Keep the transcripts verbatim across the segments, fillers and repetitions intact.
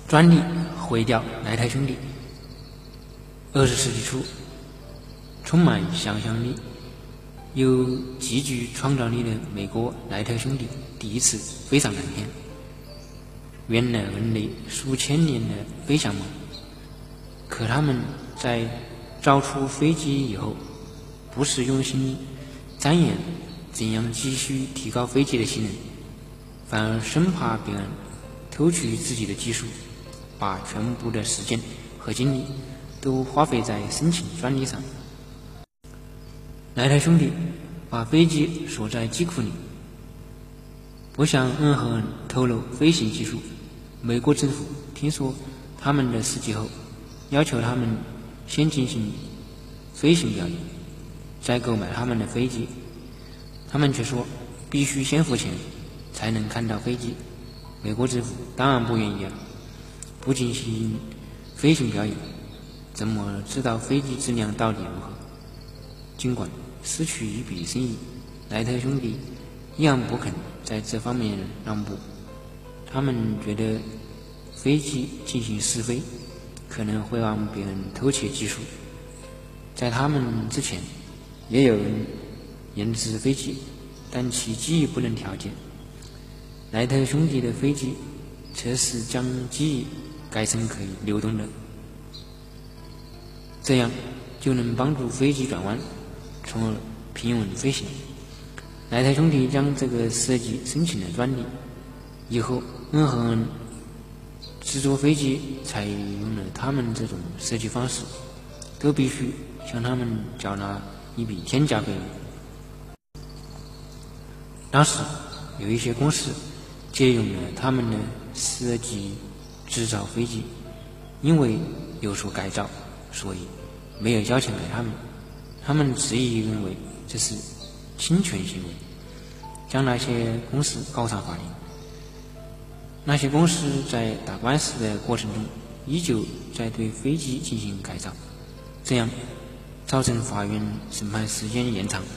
专利毁掉莱特兄弟。二十世纪初，充满想象力又极具创造力的美国莱特兄弟第一次飞上蓝天，圆了人类数千年的飞翔梦。可他们在造出飞机以后，不是用心钻研怎样继续提高飞机的性能，反而生怕别人偷取自己的技术，把全部的时间和精力都花费在申请专利上。莱特兄弟把飞机锁在机库里，不向任何人透露飞行技术。美国政府听说他们的事迹后，要求他们先进行飞行表演，再购买他们的飞机。他们却说必须先付钱才能看到飞机。美国政府当然不愿意啊，不进行飞行表演，怎么知道飞机质量到底如何？尽管失去一笔生意，莱特兄弟依然不肯在这方面让步。他们觉得飞机进行试飞可能会让别人偷窃技术。在他们之前也有人研制飞机，但其机翼不能调节。莱特兄弟的飞机测试将机翼改成可以流动的，这样就能帮助飞机转弯，从而平稳飞行。莱特兄弟将这个设计申请了专利，以后任何人制作飞机采用了他们这种设计方式，都必须向他们缴纳一笔天价费用。当时有一些公司借用了他们的设计制造飞机，因为有所改造，所以没有交钱给他们。他们执意认为这是侵权行为，将那些公司告上法庭。那些公司在打官司的过程中依旧在对飞机进行改造，这样造成法院审判时间延长。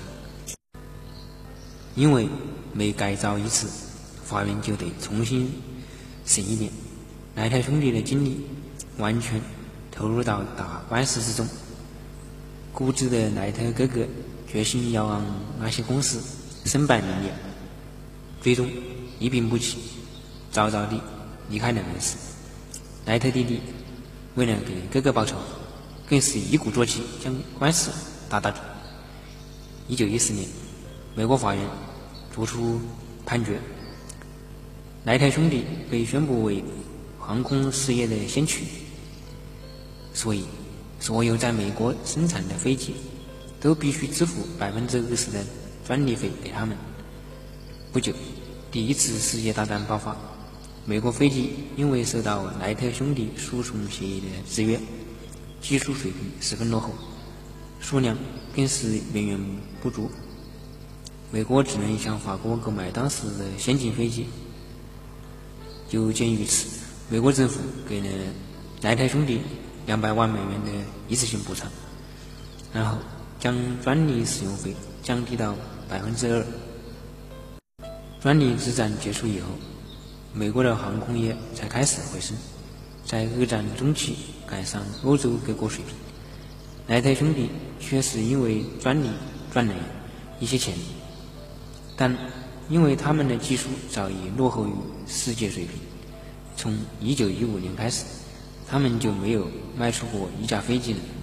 因为每改造一次，法院就得重新审一遍。莱特兄弟的精力完全投入到打官司之中。固执的莱特哥哥决心要让那些公司身败名裂，最终一病不起，早早地离开了人世。莱特弟弟为了给哥哥报仇，更是一鼓作气将官司打到底。一九一四年，美国法院作出判决，莱特兄弟被宣布为航空事业的先驱，所以所有在美国生产的飞机都必须支付百分之二十的专利费给他们。不久，第一次世界大战爆发，美国飞机因为受到莱特兄弟输送协议的制约，技术水平十分落后，数量更是远远不足。美国只能向法国购买当时的先进飞机。有鉴于此，美国政府给了莱特兄弟两百万美元的一次性补偿，然后将专利使用费降低到百分之二。专利之战结束以后，美国的航空业才开始回升，在二战中期赶上欧洲各国水平。莱特兄弟确实因为专利赚了一些钱，但因为他们的技术早已落后于世界水平，从一九一五年开始，他们就没有卖出过一架飞机了。